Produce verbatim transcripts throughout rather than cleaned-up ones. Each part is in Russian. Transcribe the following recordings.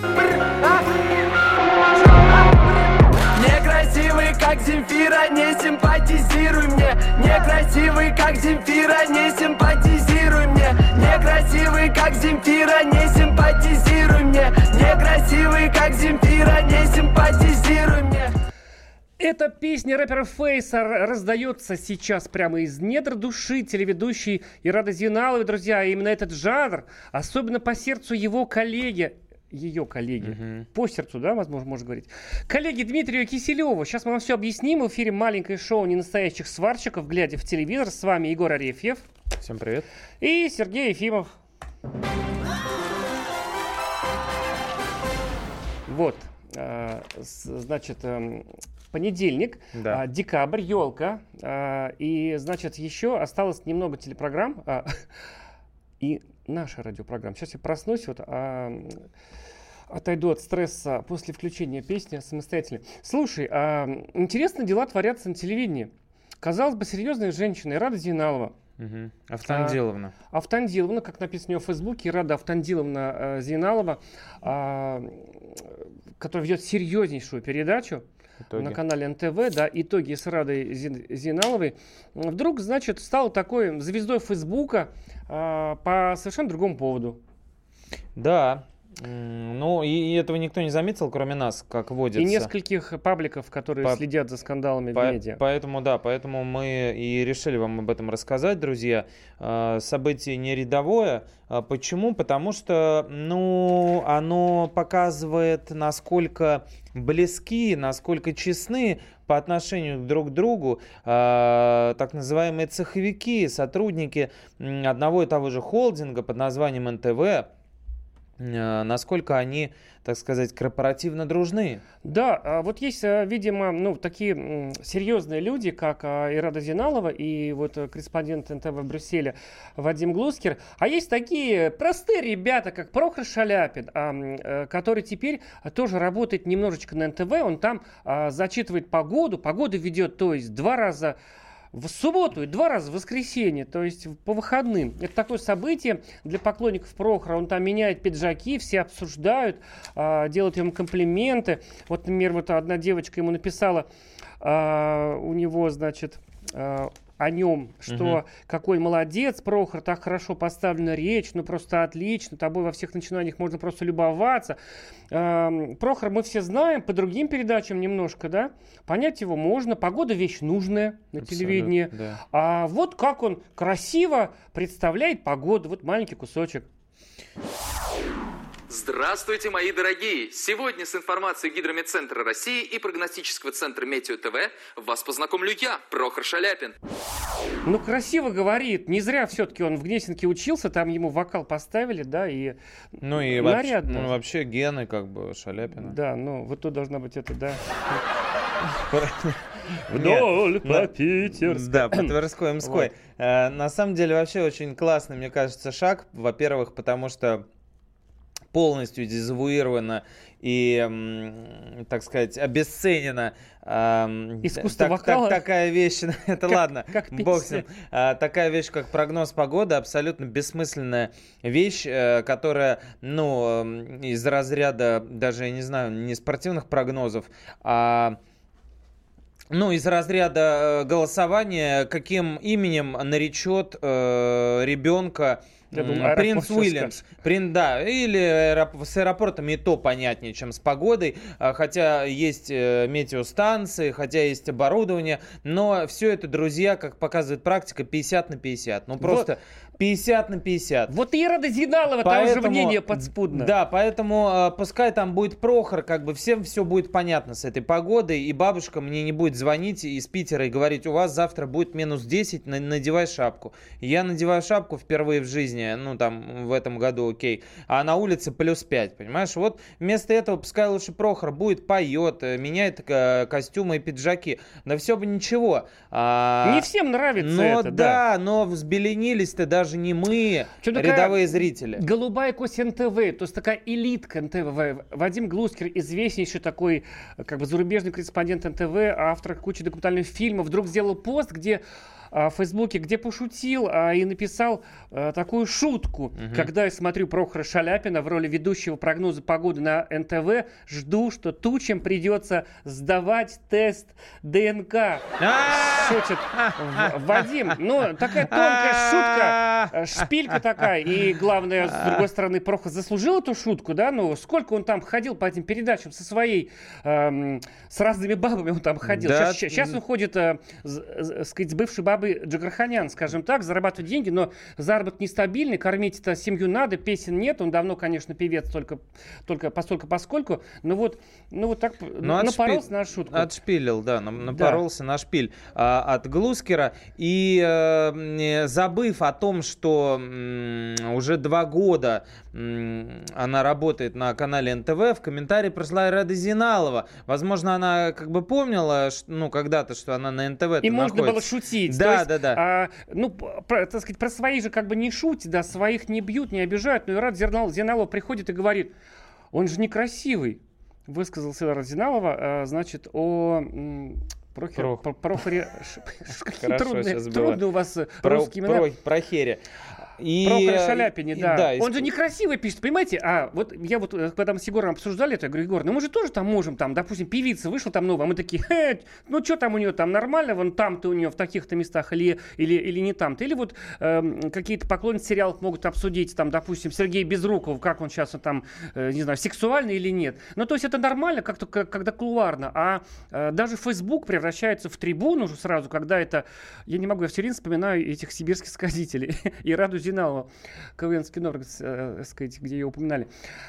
Некрасивый, как Земфира, не симпатизируй мне. Некрасивый, как Земфира, не симпатизируй мне. Некрасивый, как Земфира, не симпатизируй мне. Некрасивый, как Земфира, не симпатизируй мне. Эта песня рэпера Фейса раздается сейчас прямо из недр души телеведущей Ирады Зейналовой, друзья. Именно этот жанр, особенно по сердцу его коллеги, ее коллеги, uh-huh. по сердцу, да, возможно, можно говорить, коллеги Дмитрию Киселеву. Сейчас мы вам все объясним. В эфире маленькое шоу ненастоящих сварщиков, глядя в телевизор. С вами Егор Арефьев. Всем привет. И Сергей Ефимов. Вот, значит, понедельник, да. декабрь, елка. И, значит, еще осталось немного телепрограмм. И наша радиопрограмма. Сейчас я проснусь, вот, а, отойду от стресса после включения песни самостоятельно. Слушай, а, интересные дела творятся на телевидении. Казалось бы, серьезная женщина, Ирада Зейналова. Угу. Автандиловна. А, Автандиловна, как написано у нее в Фейсбуке, Ирада Автандиловна а, Зейналова, а, которая ведет серьезнейшую передачу итоги. На канале эн тэ вэ, да, итоги с Ирадой Зейналовой, вдруг, значит, стала такой звездой Фейсбука а, по совершенно другому поводу. Да, ну и этого никто не заметил, кроме нас, как водится. И нескольких пабликов, которые по... следят за скандалами по... в медиа. Поэтому, да, поэтому мы и решили вам об этом рассказать, друзья. Событие не рядовое. Почему? Потому что, ну, оно показывает, насколько близки, насколько честны по отношению друг к другу э, так называемые цеховики, сотрудники одного и того же холдинга под названием эн тэ вэ, э, насколько они, так сказать, корпоративно дружны. Да, вот есть, видимо, ну, такие серьезные люди, как Ирада Зейналова и вот корреспондент эн тэ вэ в Брюсселе Вадим Глускер. А есть такие простые ребята, как Прохор Шаляпин, который теперь тоже работает немножечко на эн тэ вэ. Он там зачитывает погоду, погоду ведет, то есть два раза в субботу и два раза в воскресенье, то есть по выходным. Это такое событие для поклонников Прохора. Он там меняет пиджаки, все обсуждают, э, делают ему комплименты. Вот, например, вот одна девочка ему написала э, у него, значит, э, о нем, что uh-huh. какой молодец, Прохор, так хорошо поставлена речь, ну просто отлично, тобой во всех начинаниях можно просто любоваться. Э, Прохор мы все знаем, по другим передачам немножко, да, понять его можно, погода вещь нужная на Абсолютно, телевидении, да. А вот как он красиво представляет погоду, вот маленький кусочек. Здравствуйте, мои дорогие! Сегодня с информацией Гидрометцентра России и прогностического центра Метео ТВ вас познакомлю я, Прохор Шаляпин. Ну, красиво говорит. Не зря все-таки он в Гнесинке учился, там ему вокал поставили, да, и ну и нарядно. Вообще, ну, вообще гены, как бы, Шаляпина. Да, ну, вот тут должна быть это, да. Вдоль по Питерской. Да, по Тверской, Мской. На самом деле, вообще очень классный, мне кажется, шаг. Во-первых, потому что полностью дезавуировано и, так сказать, обесценено э, искусство так, вокала. Так, такая вещь, это как, ладно, как бог с ним. А, такая вещь, как прогноз погоды, абсолютно бессмысленная вещь, э, которая, ну, э, из разряда даже, я не знаю, не спортивных прогнозов, а ну, из разряда голосования, каким именем наречет э, ребенка думаю, принц Уильямс. Прин, да, или аэроп... с аэропортами и то понятнее, чем с погодой. Хотя есть метеостанции, хотя есть оборудование. Но все это, друзья, как показывает практика, пятьдесят на пятьдесят. Ну, просто вот. пятьдесят на пятьдесят. Вот и Ирада Зейналова, там уже мнение подспудно. Да, поэтому пускай там будет Прохор, как бы всем все будет понятно с этой погодой. И бабушка мне не будет звонить из Питера и говорить: у вас завтра будет минус десять, надевай шапку. Я надеваю шапку впервые в жизни. Ну, там, в этом году, окей. А на улице плюс пять, понимаешь? Вот вместо этого пускай лучше Прохор будет, поет, меняет э, костюмы и пиджаки. Да все бы ничего. А, не всем нравится но это, да. да. но взбеленились-то даже не мы, Что рядовые зрители. Голубая кость эн тэ вэ, то есть такая элитка эн тэ вэ. Вадим Глускер, известнейший такой, как бы зарубежный корреспондент эн тэ вэ, автор кучи документальных фильмов, вдруг сделал пост, где в Фейсбуке, где пошутил а, и написал а, такую шутку. Угу. Когда я смотрю Прохора Шаляпина в роли ведущего прогноза погоды на эн тэ вэ, жду, что тучам придется сдавать тест ДНК. Шутит Вадим. Ну, такая тонкая шутка, шпилька такая. И главное, с другой стороны, Прохор заслужил эту шутку, да? Ну, сколько он там ходил по этим передачам со своей, эм, с разными бабами он там ходил. Да. Сейчас, сейчас он ходит, э, с, сказать, с бывшей бабой Джигарханян, скажем так, зарабатывает деньги, но заработок нестабильный, кормить-то семью надо, песен нет. Он давно, конечно, певец только, только постольку поскольку. Но вот, ну, вот так ну, напоролся отшпи... на шутку. Отшпилил, да, напоролся да. на шпиль а, от Глускера. И э, забыв о том, что м, уже два года м, она работает на канале эн тэ вэ, в комментарии пришла Ирада Зиналова. Возможно, она как бы помнила, ну, когда-то, что она на эн тэ вэ и находится. Можно было шутить. Да, есть, да, да. А, ну, про, так сказать, про своих же как бы не шутить, да, своих не бьют, не обижают. Но Ирада Зиналова приходит и говорит, он же некрасивый. Высказался Ирада Зиналова, а, значит, о... Прохор, Про... Прохоре... Какие трудные, трудные у вас Про... русские имена. Про... Прохере. И... Прохор Шаляпине, да. да. Он и... же некрасиво пишет, понимаете? А вот я вот, когда мы с Егором обсуждали это, я говорю, Егор, ну мы же тоже там можем, там, допустим, певица вышла там новая, а мы такие, э, ну что там у нее там нормально, вон там-то у нее в таких-то местах или, или, или не там-то. Или вот э, какие-то поклонники сериалов могут обсудить, там, допустим, Сергей Безруков, как он сейчас там, э, не знаю, сексуальный или нет. Ну то есть это нормально, как-то, когда кулуарно. А э, даже Facebook превращается в трибуну уже сразу, когда это, я не могу, я все время вспоминаю этих сибирских сказителей и Ираду Зиналову. КВНский Новгород, э, сказать, где ее упоминали.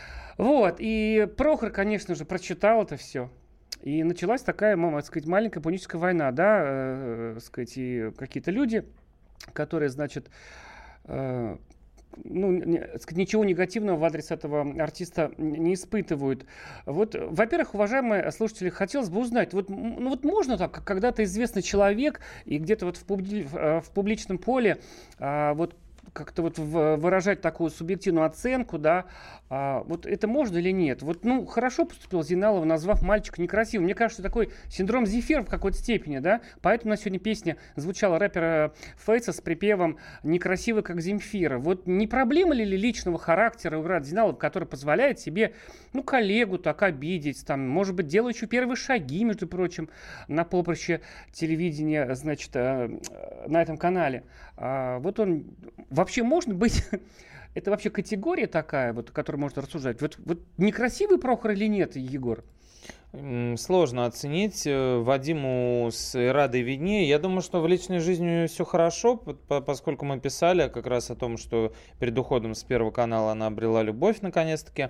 Вот. И Прохор, конечно же, прочитал это все. И началась такая, мама, так сказать, маленькая пуническая война, да, э, сказать, и какие-то люди, которые, значит, э, ну, не, сказать, ничего негативного в адрес этого артиста не испытывают. Вот, во-первых, уважаемые слушатели, хотелось бы узнать, вот, ну, вот можно так, когда-то известный человек и где-то вот в, публи, в публичном поле а, вот как-то вот выражать такую субъективную оценку, да, а, вот это можно или нет? Вот, ну, хорошо поступила Зиналова, назвав мальчика некрасивым. Мне кажется, такой синдром Зефира в какой-то степени, да, поэтому у нас сегодня песня звучала рэпера Фейса с припевом «Некрасивый, как Земфира». Вот не проблема ли личного характера у Ирады Зиналовой, который позволяет себе, ну, коллегу так обидеть, там, может быть, делающую первые шаги, между прочим, на поприще телевидения, значит, на этом канале. А, вот он... Вообще можно быть... Это вообще категория такая, вот, которую можно рассуждать. Вот, вот некрасивый Прохор или нет, Егор? Сложно оценить. Вадиму с Ирадой виднее. Я думаю, что в личной жизни у нее все хорошо, поскольку мы писали как раз о том, что перед уходом с Первого канала она обрела любовь наконец-таки.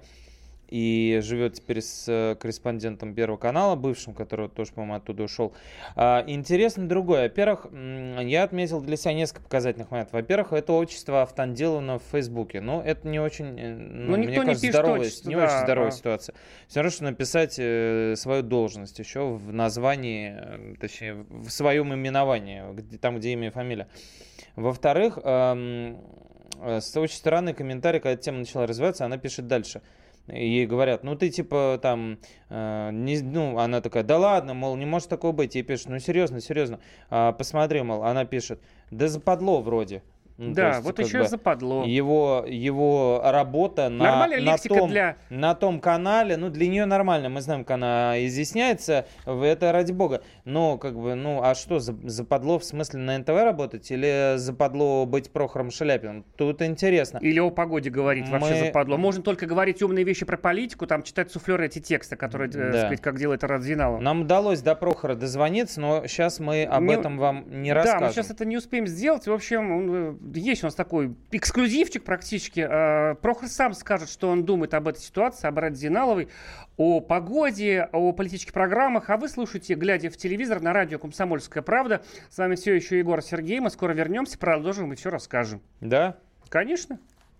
И живет теперь с корреспондентом Первого канала, бывшим, который тоже, по-моему, оттуда ушел. А, интересно другое. Во-первых, я отметил для себя несколько показательных моментов. Во-первых, это отчество Автандиловна в Фейсбуке. Ну, это не очень, ну, мне кажется, здоровая, отчество, не да, очень здоровая а... ситуация. Все равно, что написать э, свою должность еще в названии, точнее, в своем именовании, где, там, где имя и фамилия. Во-вторых, э, э, с очень странный комментарий, когда тема начала развиваться, она пишет дальше. Ей говорят, ну ты типа там, э, не, ну она такая, да ладно, мол, не может такого быть. Ей пишет, ну серьезно, серьезно, а, посмотри, мол, она пишет, да западло вроде. Ну, да, есть, вот еще бы, западло. Его, его работа на, на, том, для... на том канале, ну, для нее нормально. Мы знаем, как она изъясняется, это ради бога. Но, как бы, ну, а что, западло в смысле на эн тэ вэ работать? Или западло быть Прохором Шаляпиным? Тут интересно. Или о погоде говорить Мы... вообще западло. Можно только говорить умные вещи про политику, там читать суфлеры эти тексты, которые, да. так сказать, как делает Ирада Зиналова. Нам удалось до Прохора дозвониться, но сейчас мы об не... этом вам не да, расскажем. Да, мы сейчас это не успеем сделать. В общем, есть у нас такой эксклюзивчик практически. Прохор сам скажет, что он думает об этой ситуации, об Ираде Зиналовой, о погоде, о политических программах. А вы слушаете, глядя в телевизор, на радио «Комсомольская правда». С вами все еще Егор Сергей. Мы скоро вернемся, продолжим и все расскажем. Да? Конечно.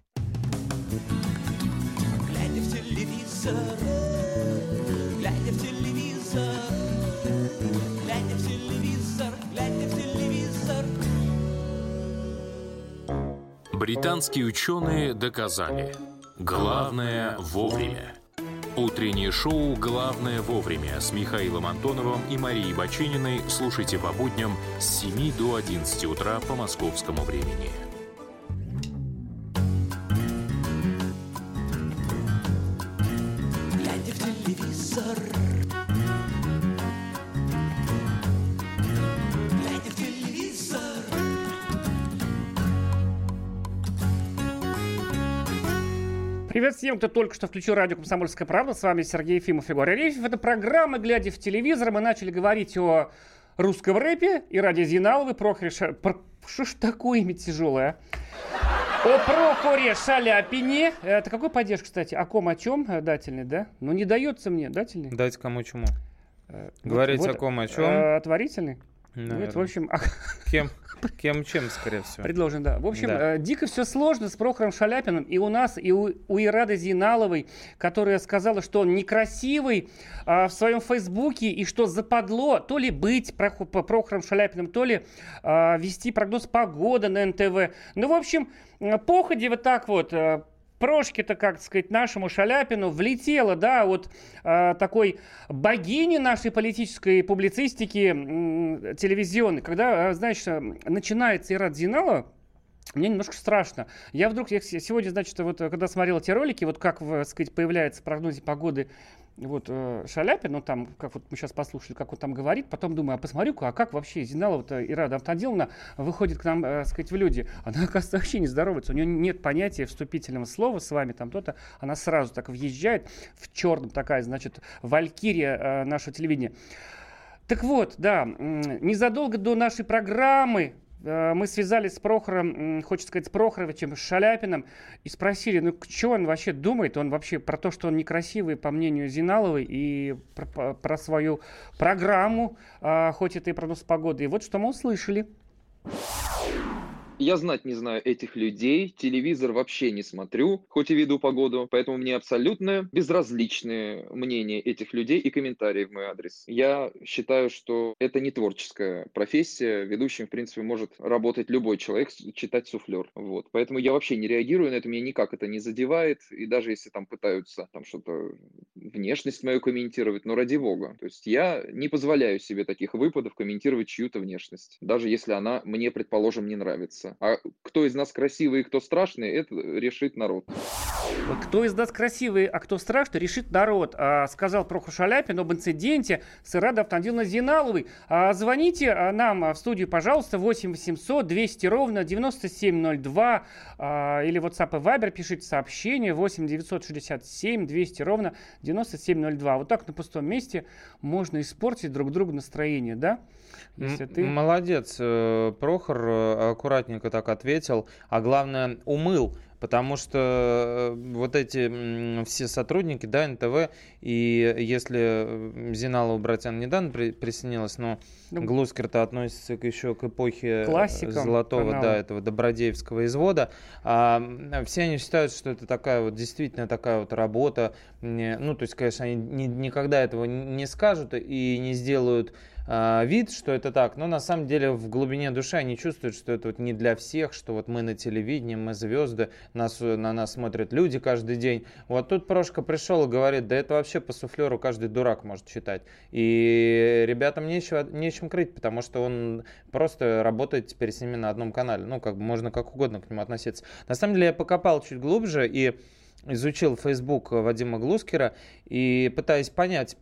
Глядя в телевизор, глядя в телевизор, глядя в телевизор, глядя в телевизор. Британские ученые доказали, главное вовремя. Утреннее шоу «Главное вовремя» с Михаилом Антоновым и Марией Бачининой слушайте по будням с семи до одиннадцати утра по московскому времени. Глядя в телевизор, глядя в телевизор. Привет всем, кто только что включил радио «Комсомольская правда». С вами Сергей Ефимов и Григорий Арефьев. Это программа «Глядя в телевизор». Мы начали говорить о русском рэпе и Раде Зиналовой. Прохоре Ша... Про... Что ж такое имя тяжелое, а? О Прохоре Шаляпине. Это какой падеж, кстати? О ком, о чем? Дательный, да? Ну, не дается мне. Дательный? Дать кому чему. Вот, Говорить вот, о ком, о чем. Э, отворительный? Наверное. Вот, в общем... Кем? Кем, чем, скорее всего. Предложен, да. В общем, Да. э, дико все сложно с Прохором Шаляпиным. И у нас, и у, у Ирады Зиналовой, которая сказала, что он некрасивый э, в своем фейсбуке, и что западло то ли быть Прох- Прохором Шаляпиным, то ли э, вести прогноз погоды на эн тэ вэ. Ну, в общем, э, походе вот так вот... Э, Прошке-то, как сказать, нашему Шаляпину влетело, да, вот э, такой богини нашей политической публицистики э, телевизионной. Когда, э, знаешь, начинается Ирада Зиналова, мне немножко страшно. Я вдруг, я сегодня, значит, вот когда смотрел эти ролики, вот как, так сказать, появляется в прогнозе погоды вот э, Шаляпин, ну там, как вот мы сейчас послушали, как он там говорит, потом думаю, а посмотрю-ка, а как вообще Зиналова-то Ирада Автодиловна выходит к нам, э, сказать, в люди? Она, оказывается, вообще не здоровается, у нее нет понятия вступительного слова с вами там то-то, она сразу так въезжает в черном, такая, значит, валькирия э, нашего телевидения. Так вот, да, незадолго до нашей программы мы связались с Прохором, хочется сказать, с Прохоровичем Шаляпиным и спросили, ну, что он вообще думает? Он вообще про то, что он некрасивый, по мнению Зиналовой, и про, про свою программу, хоть это и прогноз погоды. И вот что мы услышали. Я знать не знаю этих людей, телевизор вообще не смотрю, хоть и веду погоду, поэтому мне абсолютно безразличны мнения этих людей и комментарии в мой адрес. Я считаю, что это не творческая профессия, ведущим, в принципе, может работать любой человек, читать суфлер. Вот. Поэтому я вообще не реагирую на это, меня никак это не задевает, и даже если там пытаются там что-то, внешность мою комментировать, но ради бога. То есть я не позволяю себе таких выпадов комментировать чью-то внешность, даже если она мне, предположим, не нравится. А кто из нас красивый и кто страшный, это решит народ. Кто из нас красивый, а кто страшный, решит народ, а, сказал Прохор Шаляпин об инциденте с Ирадой Автодиловной Зиналовой. А, звоните а, нам в студию, пожалуйста, восемь восемьсот двести ровно девяносто семь ноль два, а, или WhatsApp и Viber пишите сообщение восемь девятьсот шестьдесят семь двести ровно девяносто семь ноль два. Вот так на пустом месте можно испортить друг другу настроение, да? Если ты... Молодец, Прохор аккуратненько так ответил, а главное умыл, потому что вот эти все сотрудники, да, эн тэ вэ, и если Зиналова, братьям, недавно при, присоединилась, но ну, Глускер-то относится еще к эпохе классикам золотого, канала. Да, этого добродеевского извода, а все они считают, что это такая вот действительно такая вот работа, ну, то есть, конечно, они ни, никогда этого не скажут и не сделают вид, что это так, но на самом деле в глубине души они чувствуют, что это вот не для всех, что вот мы на телевидении, мы звезды, нас, на нас смотрят люди каждый день. Вот тут Прошка пришел и говорит, да это вообще по суфлеру каждый дурак может читать. И ребятам нечего, нечем крыть, потому что он просто работает теперь с ними на одном канале. Ну, как бы можно как угодно к нему относиться. На самом деле я покопал чуть глубже и изучил Facebook Вадима Глускера и пытаюсь понять,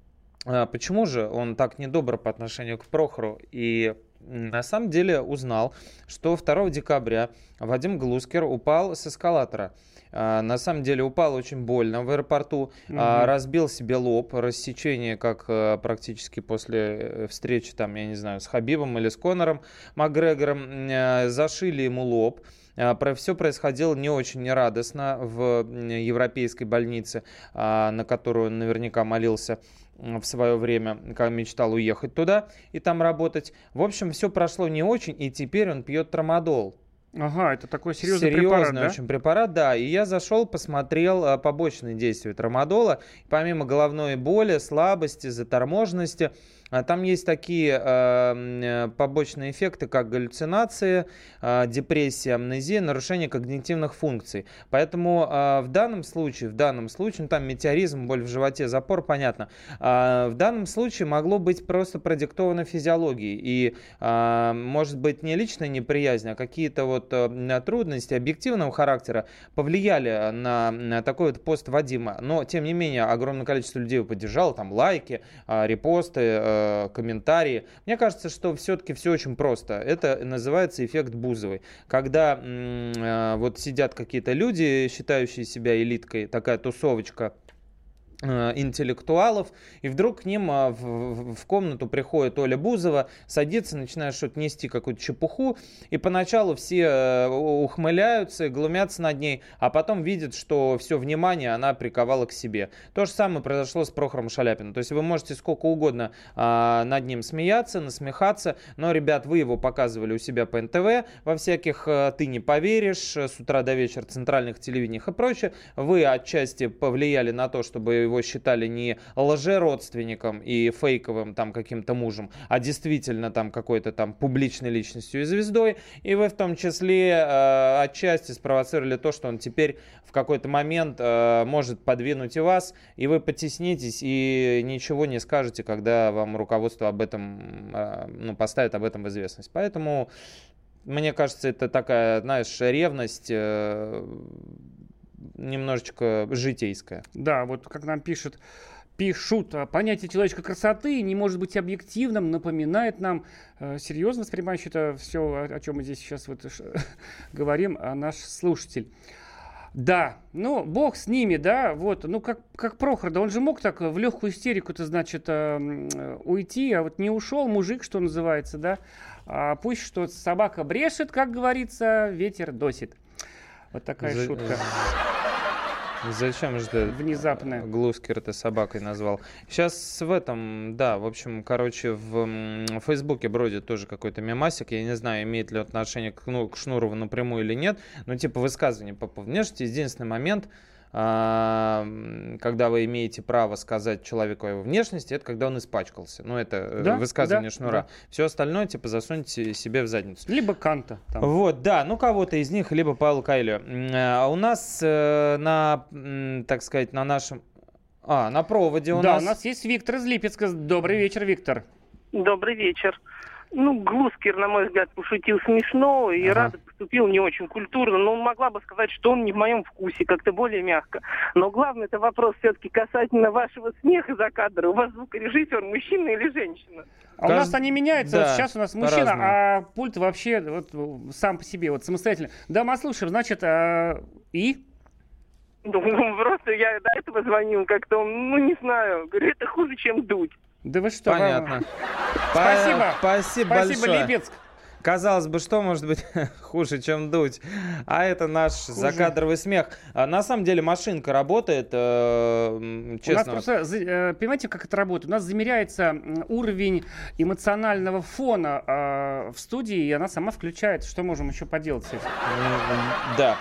почему же он так недобр по отношению к Прохору? И на самом деле узнал, что второго декабря Вадим Глускер упал с эскалатора. На самом деле упал очень больно в аэропорту, угу. разбил себе лоб, рассечение, как практически после встречи, там, я не знаю, с Хабибом или с Конором Макгрегором, зашили ему лоб. Все происходило не очень радостно в европейской больнице, на которую он наверняка молился в свое время, когда мечтал уехать туда и там работать. В общем, все прошло не очень, и теперь он пьет трамадол. Ага, это такой серьезный Серьезный препарат, да? очень препарат, да. И я зашел, посмотрел а, побочные действия трамадола. Помимо головной боли, слабости, заторможенности, Там есть такие э, побочные эффекты, как галлюцинации, э, депрессия, амнезия, нарушение когнитивных функций. Поэтому э, в данном случае, в данном случае, ну, там метеоризм, боль в животе, запор, понятно. Э, в данном случае могло быть просто продиктовано физиологией. И э, может быть не личная неприязнь, а какие-то вот э, трудности объективного характера повлияли на, на такой вот пост Вадима. Но, тем не менее, огромное количество людей его поддержало, там лайки, э, репосты, э, комментарии. Мне кажется, что все-таки все очень просто. Это называется эффект Бузовой. Когда м- э, вот сидят какие-то люди, считающие себя элиткой, такая тусовочка интеллектуалов, и вдруг к ним а, в, в комнату приходит Оля Бузова, садится, начинает что-то нести, какую-то чепуху, и поначалу все э, ухмыляются, глумятся над ней, а потом видят, что все внимание она приковала к себе. То же самое произошло с Прохором Шаляпиным. То есть вы можете сколько угодно э, над ним смеяться, насмехаться, но, ребят, вы его показывали у себя по эн тэ вэ, во всяких э, «Ты не поверишь», с утра до вечера центральных телевидениях и прочее. Вы отчасти повлияли на то, чтобы его считали не лжеродственником и фейковым там каким-то мужем, а действительно там какой-то там публичной личностью и звездой. И вы в том числе э, отчасти спровоцировали то, что он теперь в какой-то момент э, может подвинуть и вас, и вы потеснитесь и ничего не скажете, когда вам руководство об этом, э, ну, поставит об этом в известность. Поэтому, мне кажется, это такая, знаешь, ревность э, немножечко житейская. Да, вот как нам пишет, пишут, понятие человеческой красоты не может быть объективным, напоминает нам, э, серьезно воспринимающий это все, о, о чем мы здесь сейчас вот говорим, а наш слушатель. Да, ну, бог с ними, да, вот, ну, как, как Прохор, да он же мог так в легкую истерику-то, значит, э, уйти, а вот не ушел мужик, что называется, да, а пусть что собака брешет, как говорится, ветер досит. Вот такая За... шутка. Зачем же ты внезапно Глускер-то собакой назвал? Сейчас в этом, да, в общем, короче, в, в Фейсбуке бродит тоже какой-то мемасик. Я не знаю, имеет ли отношение к, ну, к Шнурову напрямую или нет, но типа высказывание по поводу внешности. Единственный момент, когда вы имеете право сказать человеку о его внешности, это когда он испачкался. Ну, это да, высказывание да, Шнура. Да. Все остальное, типа, засуньте себе в задницу. Либо Канта. Там. Вот, да, ну, кого-то из них, либо Павла Коэльо. А у нас э, на, так сказать, на нашем... А, на проводе у да, нас... Да, у нас есть Виктор из Липецка. Добрый вечер, Виктор. Добрый вечер. Ну, Глускер, на мой взгляд, пошутил смешно, и ага. Рада поступил не очень культурно. Но могла бы сказать, что он не в моем вкусе, как-то более мягко. Но главный это вопрос все-таки касательно вашего смеха за кадром. У вас звукорежиссер мужчина или женщина? А Кажд... у нас они меняются. Да, вот сейчас у нас мужчина, по-разному. А пульт вообще вот, сам по себе, вот самостоятельно. Да, мы слушаем, значит, а... и? Ну, просто я до этого звонил как-то, ну, не знаю, говорю, это хуже, чем дуть. Да вы что? Понятно. Вам... Спасибо. Спасибо, Спасибо, большое. Липецк. Казалось бы, что может быть хуже, чем дуть? А это наш хуже. Закадровый смех. А на самом деле машинка работает, э, честно. У нас просто, э, понимаете, как это работает? У нас замеряется уровень эмоционального фона э, в студии, и она сама включает. Что можем еще поделать с этим? Да.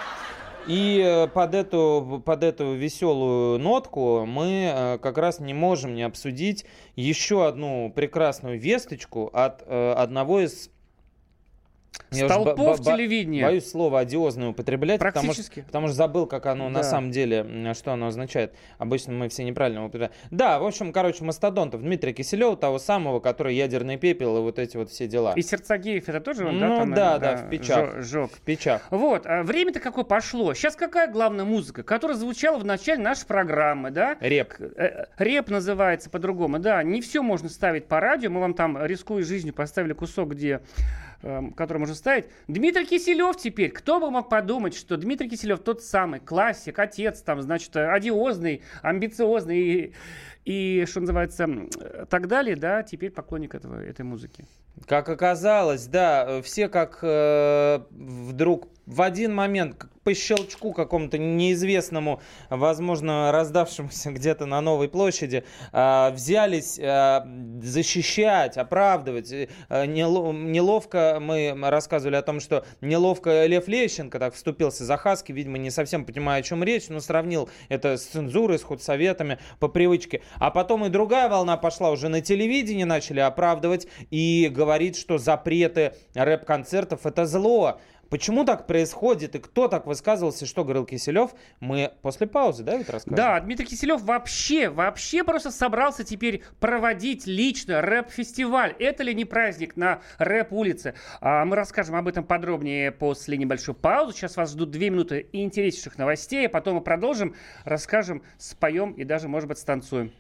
И под эту, под эту веселую нотку мы как раз не можем не обсудить еще одну прекрасную весточку от э, одного из... Столпов бо- бо- телевидения. Боюсь слово одиозное употреблять, потому что, потому что забыл, как оно да. на самом деле, что оно означает. Обычно мы все неправильно употребляем. Да, в общем, короче, мастодонтов. Дмитрия Киселева, того самого, который ядерный пепел и вот эти вот все дела. И Сердцагеев, это тоже он, ну, да? Там, да, да, да, в печах. Жег. В печах. Вот, а время-то какое пошло. Сейчас какая главная музыка, которая звучала в начале нашей программы, да? Реп. Реп называется по-другому, да. Не все можно ставить по радио. Мы вам там, рискуя жизнью, поставили кусок, где... который можно ставить. Дмитрий Киселев теперь. Кто бы мог подумать, что Дмитрий Киселев тот самый классик, отец, там, значит, одиозный, амбициозный и, и что называется, так далее, да, теперь поклонник этого, этой музыки. Как оказалось, да, все как э, вдруг в один момент по щелчку какому-то неизвестному, возможно, раздавшемуся где-то на Новой площади, взялись защищать, оправдывать. Неловко мы рассказывали о том, что неловко Лев Лещенко так вступился за Хаски, видимо, не совсем понимая, о чем речь, но сравнил это с цензурой, с худсоветами по привычке. А потом и другая волна пошла, уже на телевидении начали оправдывать и говорить, что запреты рэп-концертов — это зло. Почему так происходит и кто так высказывался, что говорил Киселев, мы после паузы, да, ведь расскажем? Да, Дмитрий Киселев вообще, вообще просто собрался теперь проводить лично рэп-фестиваль. Это ли не праздник на рэп-улице? А мы расскажем об этом подробнее после небольшой паузы. Сейчас вас ждут две минуты интереснейших новостей, а потом мы продолжим, расскажем, споем и даже, может быть, станцуем.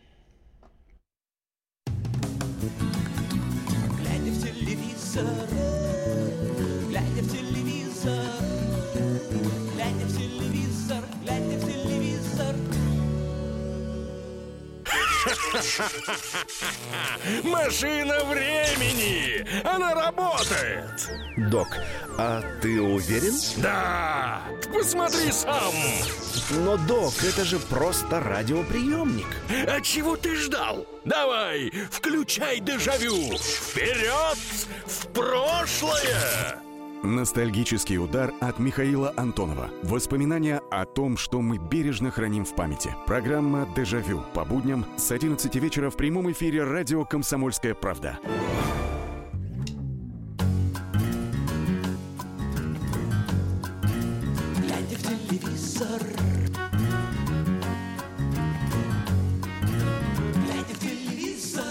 Глядя в телевизор, глядя в телевизор, глядя в телевизор, глядя в телевизор. Машина времени! Она работает! Док, а ты уверен? Да! Посмотри сам! Но, док, это же просто радиоприемник. А чего ты ждал? Давай, включай дежавю! Вперед! В прошлое! Ностальгический удар от Михаила Антонова. Воспоминания о том, что мы бережно храним в памяти. Программа «Дежавю» по будням с одиннадцати вечера в прямом эфире радио «Комсомольская правда». Глядя в телевизор, глядя в телевизор.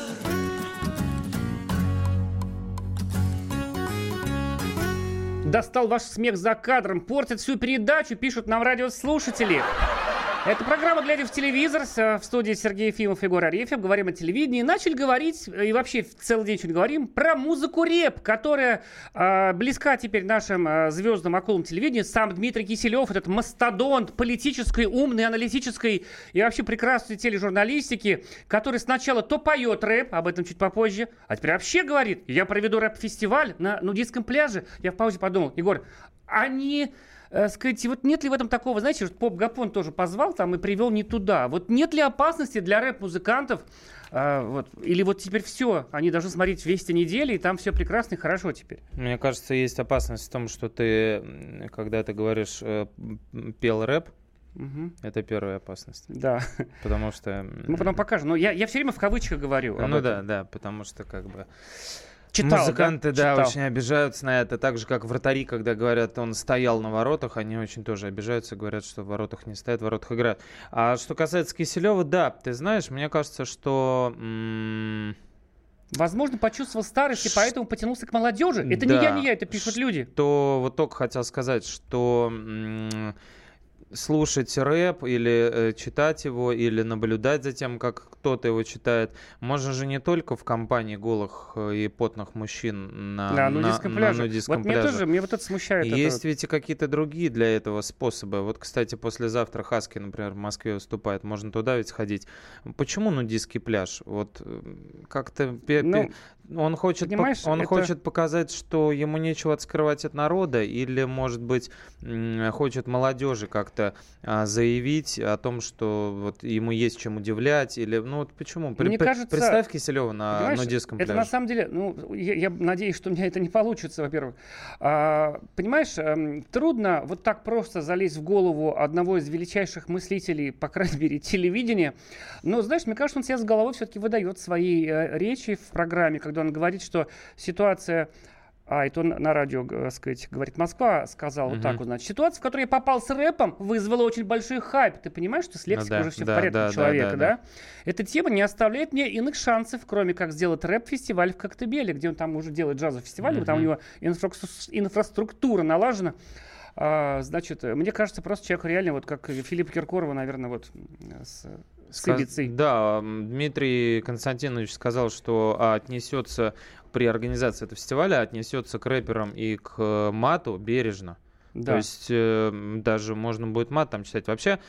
Достал ваш смех за кадром, портит всю передачу, пишут нам радиослушатели. Это программа «Глядя в телевизор». В студии Сергей Ефимов и Егор Арефьев. Говорим о телевидении. Начали говорить, и вообще целый день сегодня говорим, про музыку рэп, которая э, близка теперь нашим э, звездным акулам телевидения. Сам Дмитрий Киселев, этот мастодонт политической, умной, аналитической и вообще прекрасной тележурналистики, который сначала то поет рэп, об этом чуть попозже, а теперь вообще говорит: я проведу рэп-фестиваль на нудистском пляже. Я в паузе подумал: Егор, они... Э, сказать, вот нет ли в этом такого, знаете, вот Поп Гапон тоже позвал там и привел не туда. Вот нет ли опасности для рэп-музыкантов, э, вот, или вот теперь все, они должны смотреть «Вести недели», и там все прекрасно и хорошо теперь? Мне кажется, есть опасность в том, что ты, когда ты говоришь, э, пел рэп, угу. Это первая опасность. Да. Потому что... Мы потом покажем. Но я, я все время в кавычках говорю. Ну да, да, потому что как бы... Читал, Музыканты, да, да, Читал. очень обижаются на это. Так же, как вратари, когда говорят, он стоял на воротах, они очень тоже обижаются, говорят, что в воротах не стоят, в воротах играют. А что касается Киселева, да, ты знаешь, мне кажется, что... М- Возможно, почувствовал старость и поэтому потянулся к молодежи. Это да, не я, не я, это пишут люди. То вот только хотел сказать, что... М- слушать рэп или э, читать его, или наблюдать за тем, как кто-то его читает, можно же не только в компании голых и потных мужчин на, на нудистском на, пляже. На нудистском вот пляже. Мне тоже, мне вот это смущает. Есть это... ведь и какие-то другие для этого способы. Вот, кстати, послезавтра Хаски, например, в Москве выступает, можно туда ведь сходить. Почему нудистский пляж? Вот как-то... Ну, он хочет, по- он это... хочет показать, что ему нечего скрывать от народа, или, может быть, хочет молодежи как-то а, заявить о том, что вот ему есть чем удивлять, или, ну вот почему? При, Мне кажется, представь Киселева на нудистском пляже. Это на самом деле, ну, я, я надеюсь, что у меня это не получится, во-первых. А, понимаешь, эм, трудно вот так просто залезть в голову одного из величайших мыслителей, по крайней мере, телевидения. Но, знаешь, мне кажется, он себя с головой все-таки выдает свои э, речи в программе, когда он говорит, что ситуация, а это он на радио, так сказать, говорит, Москва сказал uh-huh. вот так вот, значит, ситуация, в которой я попал с рэпом, вызвала очень большой хайп. Ты понимаешь, что с лексикой ну, да, уже все да, в порядке да, у человека, да, да, да? да? Эта тема не оставляет мне иных шансов, кроме как сделать рэп-фестиваль в Коктебеле, где он там уже делает джазовый фестиваль, uh-huh. там у него инфра- инфраструктура налажена. А, значит, мне кажется, просто человек реально, вот как Филипп Киркорова, наверное, вот с... Сказ... Да, Дмитрий Константинович сказал, что отнесется при организации этого фестиваля, отнесется к рэперам и к мату бережно. Да. То есть э, даже можно будет мат там читать. Вообще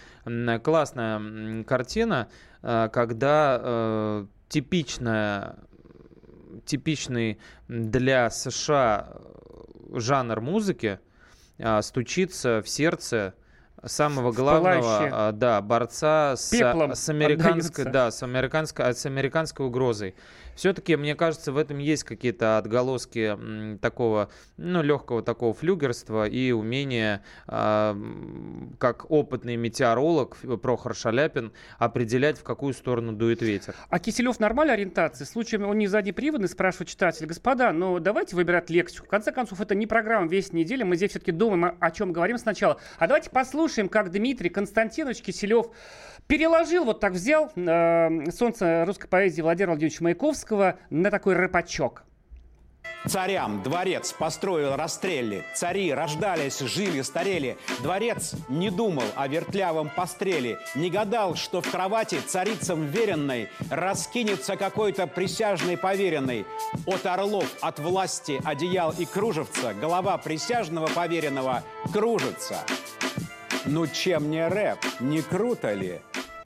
классная картина, э, когда э, типичная, типичный для США жанр музыки а, стучится в сердце самого главного, а, да, борца с, с американской, да, с американской, с американской угрозой. Все-таки, мне кажется, в этом есть какие-то отголоски м, такого, ну, легкого такого флюгерства и умения, э, как опытный метеоролог Прохор Шаляпин, определять, в какую сторону дует ветер. А Киселев нормальной ориентации? Случаем он не заднеприводный, спрашивает читатель. Господа, ну давайте выбирать лексику. В конце концов, это не программа «Весь неделя». Мы здесь все-таки думаем, о чем говорим сначала. А давайте послушаем, как Дмитрий Константинович Киселев переложил, вот так взял э, «Солнце русской поэзии» Владимира Владимировича Маяковского на такой рэпачок. Царям дворец построил Растрелли. Цари рождались, жили, старели. Дворец не думал о вертлявом постреле. Не гадал, что в кровати царицам веренной раскинется какой-то присяжный поверенный. От орлов, от власти, одеял и кружевца голова присяжного поверенного кружится. Ну чем не рэп, не круто ли?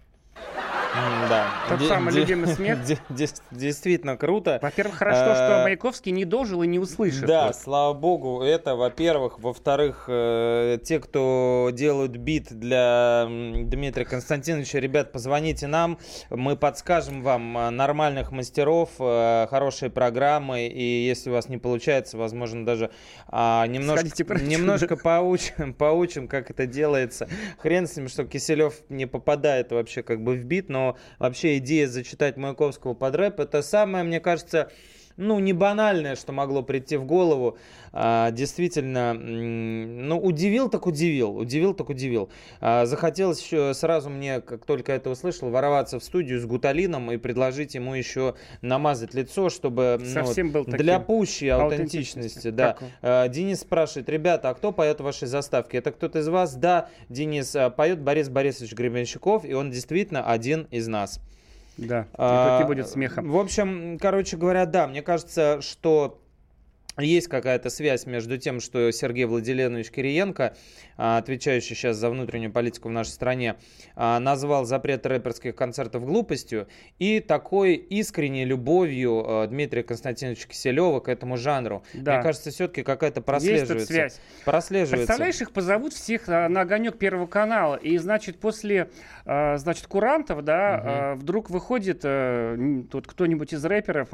Да. Тот Д- самый д- любимый смех. Д- д- действительно круто. Во-первых, хорошо, что Маяковский не дожил и не услышит. Да, слава богу, это, во-первых. Во-вторых, э, те, кто делают бит для Дмитрия Константиновича, ребят, позвоните нам, мы подскажем вам нормальных мастеров, э, хорошие программы, и если у вас не получается, возможно, даже э, немножко, немножко поучим, поучим, как это делается. Хрен с ним, что Киселев не попадает вообще как бы в бит, но вообще идея зачитать Маяковского под рэп — это самое, мне кажется, ну, не банальное, что могло прийти в голову. А, действительно, ну, удивил так удивил, удивил так удивил. А, захотелось еще сразу мне, как только это услышал, ворваться в студию с Гуталином и предложить ему еще намазать лицо, чтобы, ну, вот, для пущей аутентичности. Да. А, Денис спрашивает: ребята, а кто поет в вашей заставке? Это кто-то из вас? Да, Денис, поет Борис Борисович Гребенщиков, и он действительно один из нас. Да, а, и будет смехом. В общем, короче говоря, да, мне кажется, что есть какая-то связь между тем, что Сергей Владимирович Кириенко, отвечающий сейчас за внутреннюю политику в нашей стране, назвал запрет рэперских концертов глупостью, и такой искренней любовью Дмитрия Константиновича Киселева к этому жанру. Да. Мне кажется, все-таки какая-то прослеживается. Есть связь. Прослеживается. Представляешь, их позовут всех на огонек Первого канала, и, значит, после, значит, курантов, да, угу. вдруг выходит тут кто-нибудь из рэперов.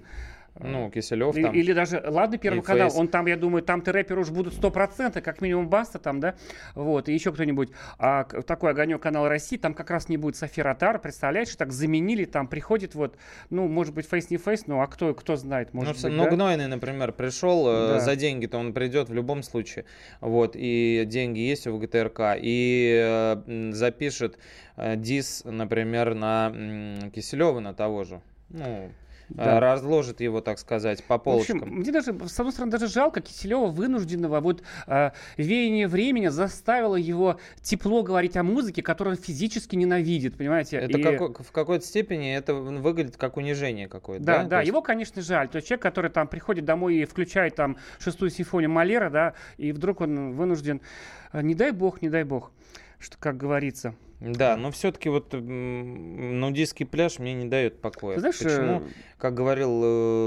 Ну, Киселев там. Или даже, ладно, Первый канал, он там, я думаю, там-то рэперы уж будут сто процентов, как минимум Баста там, да, вот, и еще кто-нибудь. А такой огонек канала России, там как раз не будет Софи Ротар, представляешь, так заменили, там приходит вот, ну, может быть, фейс не фейс, ну, а кто, кто знает, может ну, быть, Ну, да? Гнойный, например, пришел, да. За деньги-то он придет в любом случае, вот, и деньги есть у ВГТРК, и э, запишет э, дис, например, на э, Киселева, на того же, ну... Да. Разложит его, так сказать, по полочкам. В общем, мне даже, с одной стороны, даже жалко Киселева вынужденного. Вот э, веяние времени заставило его тепло говорить о музыке, которую он физически ненавидит, понимаете? Это И... как, в какой-то степени это выглядит как унижение какое-то. Да, да, да, есть... его, конечно, жаль. То есть человек, который там приходит домой и включает там шестую симфонию Малера, да, и вдруг он вынужден, не дай бог, не дай бог, что, как говорится... Да, но все-таки вот нудистский пляж мне не дает покоя. Знаешь, почему, как говорил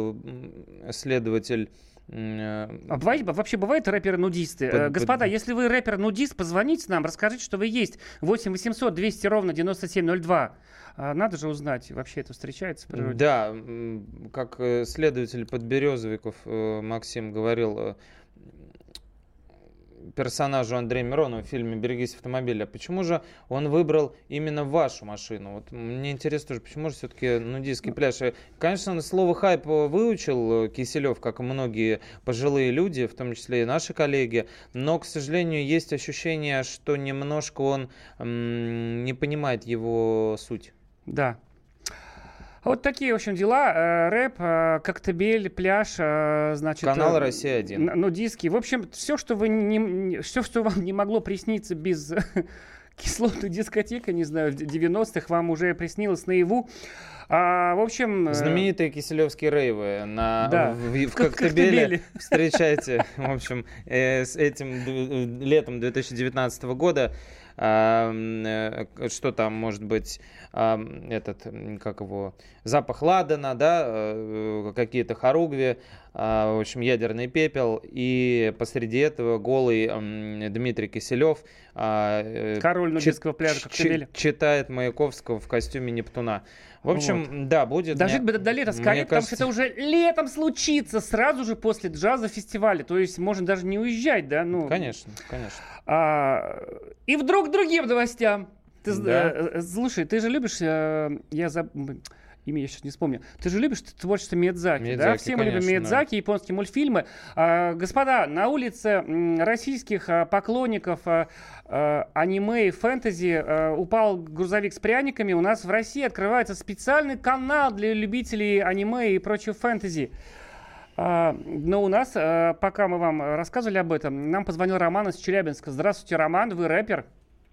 э, следователь... Э, а бывает, вообще бывают рэперы-нудисты? Под, Господа, под... если вы рэпер-нудист, позвоните нам, расскажите, что вы есть. восемь восемьсот двести ровно девяносто семь ноль два. Надо же узнать, вообще это встречается в природе. Да, как следователь Подберезовиков Максим говорил... персонажу Андрея Миронова в фильме «Берегись автомобиля». Почему же он выбрал именно вашу машину? Вот мне интересно тоже, почему же все-таки нудистский пляж? Конечно, слово «хайп» выучил Киселев, как и многие пожилые люди, в том числе и наши коллеги, но, к сожалению, есть ощущение, что немножко он м- не понимает его суть. Да. Вот такие, в общем, дела. Э, рэп, э, Коктебель, пляж, э, значит... Канал э, «Россия один». Нудистский. В общем, все, что вы не, все, что вам не могло присниться без кислотной дискотеки, не знаю, в девяностых, вам уже приснилось наяву. А, в общем... Знаменитые киселевские рейвы на, да. в, в, в Коктебеле. Встречайте, в общем, э, с этим летом две тысячи девятнадцатого года. э, что там может быть, э, этот, как его, запах ладана, да, э, какие-то хоругви, Uh, в общем, ядерный пепел, и посреди этого голый um, Дмитрий Киселев uh, король нудистского пляжа Коктебеля читает Маяковского в костюме Нептуна. В общем, вот. Да, будет... Дожить бы до, до лета скорее, потому кажется... что это уже летом случится, сразу же после джаза фестиваля, то есть можно даже не уезжать, да? Ну, конечно, конечно. А, и вдруг к другим новостям. Ты, да. э, слушай, ты же любишь... Э, я заб... Имя я сейчас не вспомню. Ты же любишь творчество Миядзаки, Миядзаки, да? Все мы конечно, любим Миядзаки, да. Японские мультфильмы. А, господа, на улице м, российских а, поклонников а, а, аниме и фэнтези а, упал грузовик с пряниками. У нас в России открывается специальный канал для любителей аниме и прочего фэнтези. А, но у нас, а, пока мы вам рассказывали об этом, нам позвонил Роман из Челябинска. Здравствуйте, Роман, вы рэпер?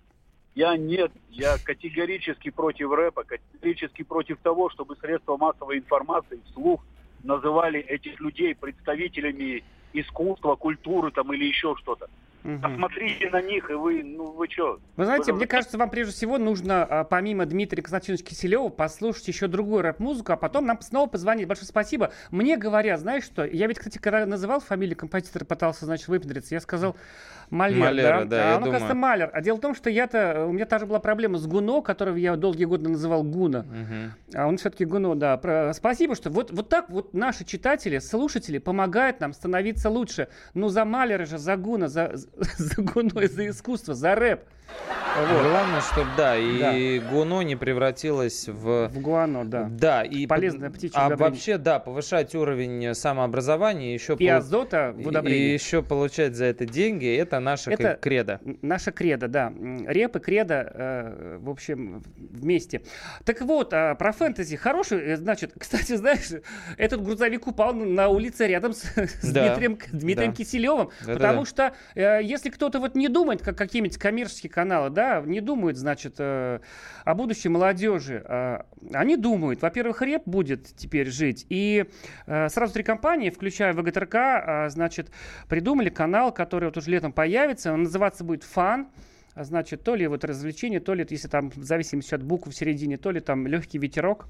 Я нет, я категорически против рэпа, категорически против того, чтобы средства массовой информации вслух называли этих людей представителями искусства, культуры там или еще что-то. Угу. Посмотрите на них, и вы, ну вы что? Вы знаете, вы... мне кажется, вам прежде всего нужно, помимо Дмитрия Константиновича Киселева, послушать еще другую рэп-музыку, а потом нам снова позвонить. Большое спасибо. Мне говорят, знаешь что, я ведь, кстати, когда называл фамилию композитора, пытался, значит, выпендриться, я сказал Малер, Малера, да? да, а я он, думаю. кажется, Малер. А дело в том, что я-то, у меня та же была проблема с Гуно, которого я долгие годы называл Гуна. Угу. А он все-таки Гуно, да. Про... Спасибо, что вот, вот так вот наши читатели, слушатели помогают нам становиться лучше. Ну, за Малера же, за Гуна, за, за Гуно и за искусство, за рэп. Вот. Главное, чтобы, да, и да. Гуно не превратилось в... В гуано, да. Да, и... Полезное птичье А удобрение. вообще, да, повышать уровень самообразования еще... И пол... азота в удобрении. И еще получать за это деньги, это наша это кредо. Наша кредо, да. Реп и кредо, э, в общем, вместе. Так вот, э, про фэнтези. Хороший, значит, кстати, знаешь, этот грузовик упал на улице рядом с, с да. Дмитрием, Дмитрием да. Киселевым, да, потому да, что э, если кто-то вот не думает, как какие-нибудь коммерческие каналы, да, не думают, значит, э, о будущей молодежи. Э, они думают, во-первых, рэп будет теперь жить. И э, сразу три компании, включая ВГТРК, э, значит, придумали канал, который вот уже летом появится. Он называться будет «Фан». Значит, то ли вот развлечение, то ли, если там в зависимости от букв в середине, то ли там легкий ветерок.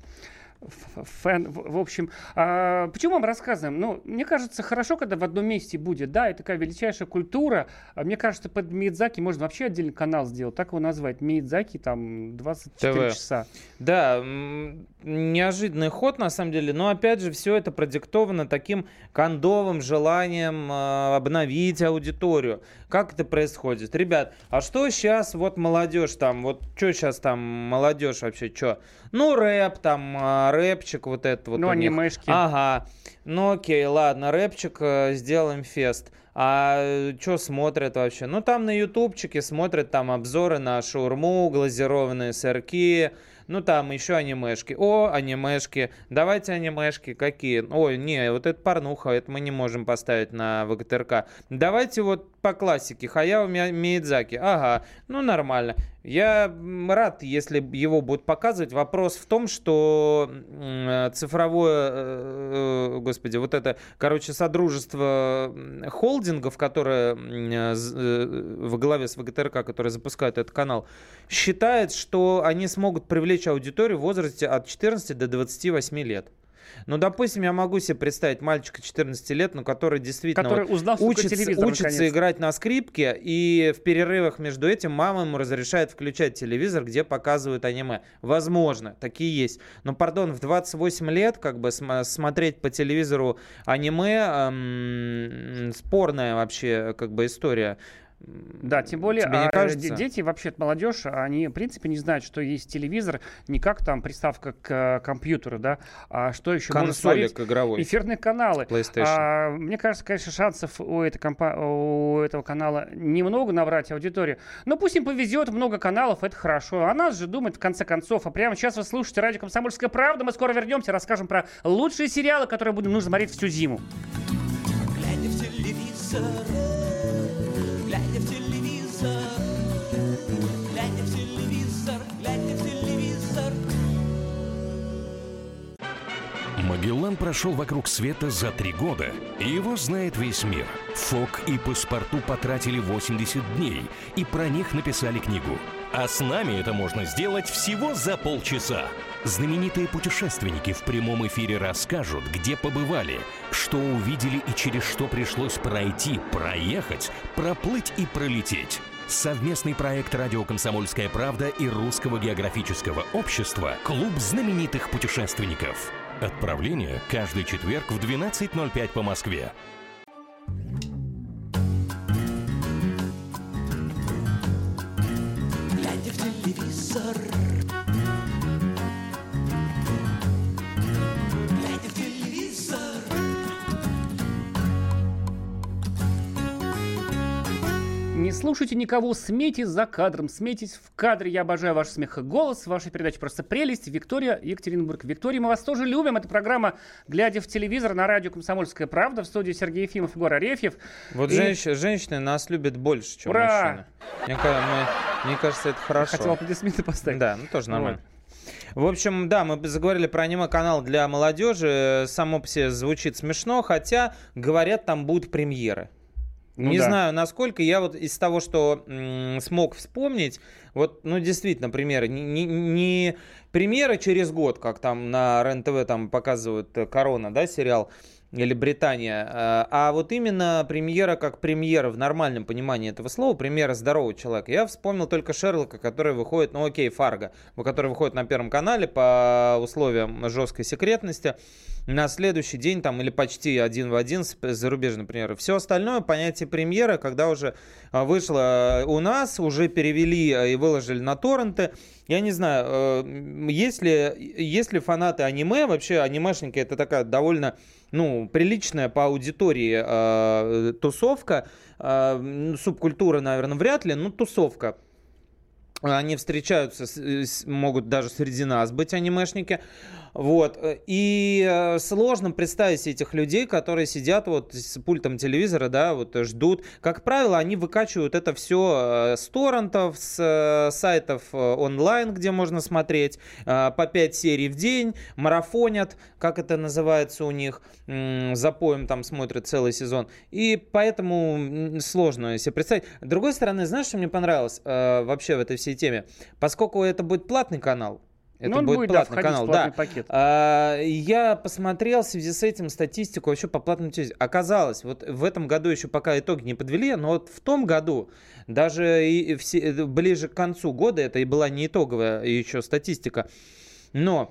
Фэн, в, в общем, а, почему вам рассказываем? Ну, мне кажется, хорошо, когда в одном месте будет, да, это такая величайшая культура. А мне кажется, под Миядзаки можно вообще отдельный канал сделать, так его назвать, Миядзаки, там, двадцать четыре часа. Да, неожиданный ход, на самом деле, но, опять же, все это продиктовано таким кондовым желанием э, обновить аудиторию. Как это происходит? Ребят, а что сейчас вот молодежь там, вот что сейчас там молодежь вообще, что? Ну, рэп там, рэпчик вот это вот. Ну, анимешки. Ага. Ну, окей, ладно, рэпчик, сделаем фест. А что смотрят вообще? Ну, там на ютубчике смотрят там обзоры на шаурму, глазированные сырки. Ну, там еще анимешки. О, анимешки. Давайте анимешки. Какие? Ой, не, вот это порнуха, это мы не можем поставить на ВГТРК. Давайте вот по классике. Хаяо Миядзаки. Ага, ну нормально. Я рад, если его будут показывать. Вопрос в том, что цифровое, э, господи, вот это, короче, содружество холдингов, которое э, во главе с ВГТРК, которые запускают этот канал, считает, что они смогут привлечь аудиторию в возрасте от четырнадцати до двадцати восьми лет. Ну, допустим, я могу себе представить мальчика четырнадцати лет, ну, который действительно который вот узнал, учится, учится играть на скрипке, и в перерывах между этим мама ему разрешает включать телевизор, где показывают аниме. Возможно, такие есть. Но, пардон, в двадцать восемь лет как бы см- смотреть по телевизору аниме эм, спорная вообще как бы история. Да, тем более а, кажется... дети, вообще молодежь, они в принципе не знают, что есть телевизор, не как там приставка к компьютеру, да, а что еще можно смотреть. Игровой. Эфирные каналы. PlayStation. А, мне кажется, конечно, шансов у, этой компа... у этого канала немного набрать аудиторию. Но пусть им повезет, много каналов, это хорошо. А нас же думает в конце концов. А прямо сейчас вы слушаете радио «Комсомольская правда». Мы скоро вернемся, расскажем про лучшие сериалы, которые будем нужно смотреть всю зиму. Глядя в телевизор, глядя в телевизор, глядя в телевизор, глядя в телевизор. Мы Магеллан прошел вокруг света за три года, и его знает весь мир. Фок и Паспарту потратили восемьдесят дней, и про них написали книгу. А с нами это можно сделать всего за полчаса. Знаменитые путешественники в прямом эфире расскажут, где побывали, что увидели и через что пришлось пройти, проехать, проплыть и пролететь. Совместный проект «Радио Комсомольская правда» и Русского географического общества «Клуб знаменитых путешественников». Отправление каждый четверг в двенадцать ноль пять по Москве. Глядя в телевизор, глядя в телевизор. Не слушайте никого, смейтесь за кадром, смейтесь в кадре. Я обожаю ваш смех и голос. Ваша передача просто прелесть. Виктория, Екатеринбург. Виктория, мы вас тоже любим. Это программа «Глядя в телевизор» на радио «Комсомольская правда». В студии Сергей Ефимов, Егор Арефьев. Вот и... женщ... женщины нас любят больше, чем Ура! мужчины. Мне, мы... Мне кажется, это хорошо. Я хотел аплодисменты поставить. Да, ну тоже нормально. Вот. В общем, да, мы заговорили про аниме-канал для молодежи. Само по себе звучит смешно, хотя, говорят, там будут премьеры. Ну, не да. знаю, насколько. Я вот из того, что м- смог вспомнить, вот, ну, действительно, примеры. Не, не, не примеры через год, как там на РЕН-ТВ там показывают «Корона», да, сериал, или «Британия», а вот именно премьера как премьера в нормальном понимании этого слова, премьера здорового человека. Я вспомнил только Шерлока, который выходит, ну окей, Фарго, который выходит на Первом канале по условиям жесткой секретности. На следующий день там или почти один в один с зарубежным премьерой. Все остальное понятие премьера, когда уже вышло у нас, уже перевели и выложили на торренты. Я не знаю, есть ли, есть ли фанаты аниме, вообще анимешники это такая довольно, ну, приличная по аудитории э, тусовка, э, субкультура, наверное, вряд ли, но тусовка. Они встречаются, могут даже среди нас быть анимешники. Вот. И сложно представить себе этих людей, которые сидят вот с пультом телевизора, да, вот ждут. Как правило, они выкачивают это все с торрентов, с сайтов онлайн, где можно смотреть, по пять серий в день, марафонят, как это называется у них, запоем там смотрят целый сезон. И поэтому сложно себе представить. С другой стороны, знаешь, что мне понравилось вообще в этой всей теме? Поскольку это будет платный канал, это Но он будет, будет платный да, канал, в платный да. пакет. А, я посмотрел в связи с этим статистику вообще по платному телевизору. Оказалось, вот в этом году еще пока итоги не подвели, но вот в том году, даже и все, ближе к концу года, это и была не итоговая еще статистика, но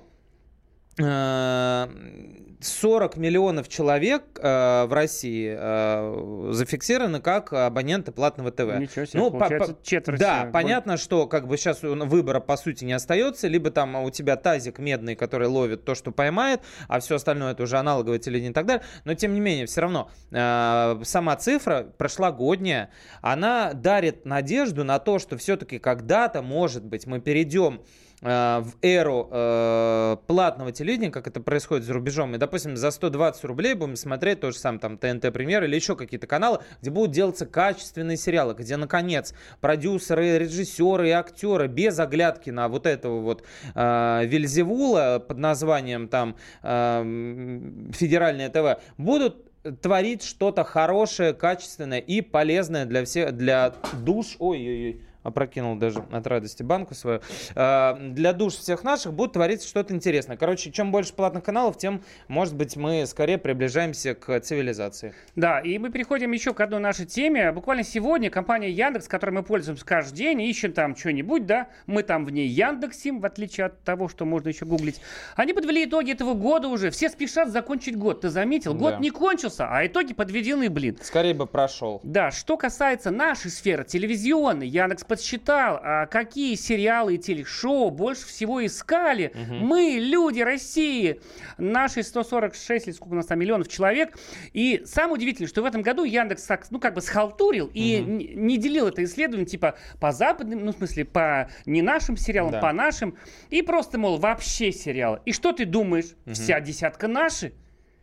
сорок миллионов человек э, в России э, зафиксированы как абоненты платного ТВ. Ничего себе, ну, получается, по, четверть. Да, понятно, что как бы сейчас выбора по сути не остается, либо там у тебя тазик медный, который ловит то, что поймает, а все остальное это уже аналоговое телевидение и так далее. Но тем не менее, все равно э, сама цифра прошлогодняя, она дарит надежду на то, что все-таки когда-то, может быть, мы перейдем в эру э, платного телевидения, как это происходит за рубежом, и, допустим, за сто двадцать рублей будем смотреть то же самое, там, ТНТ Премьер или еще какие-то каналы, где будут делаться качественные сериалы, где, наконец, продюсеры, режиссеры и актеры без оглядки на вот этого вот э, Вельзевула под названием там э, Федеральное ТВ будут творить что-то хорошее, качественное и полезное для всех, для душ. Ой-ой-ой. Опрокинул даже от радости банку свою. Для душ всех наших будет твориться что-то интересное. Короче, чем больше платных каналов, тем, может быть, мы скорее приближаемся к цивилизации. Да, и мы переходим еще к одной нашей теме. Буквально сегодня компания Яндекс, которой мы пользуемся каждый день, ищем там что-нибудь, да, мы там в ней Яндексим, в отличие от того, что можно еще гуглить. Они подвели итоги этого года уже. Все спешат закончить год. Ты заметил? Год да. не кончился, а итоги подведены, блин. Скорее бы прошел. Да, что касается нашей сферы телевизионной, Яндекс подсчитал, а какие сериалы и телешоу больше всего искали. Угу. Мы, люди России, наши сто сорок шесть, или сколько у нас там миллионов человек. И самое удивительное, что в этом году Яндекс так, ну, как бы схалтурил угу. и не, не делил это исследование типа по западным, ну, в смысле, по не нашим сериалам, да. по нашим. И просто, мол, вообще сериалы. И что ты думаешь? Угу. Вся десятка наши.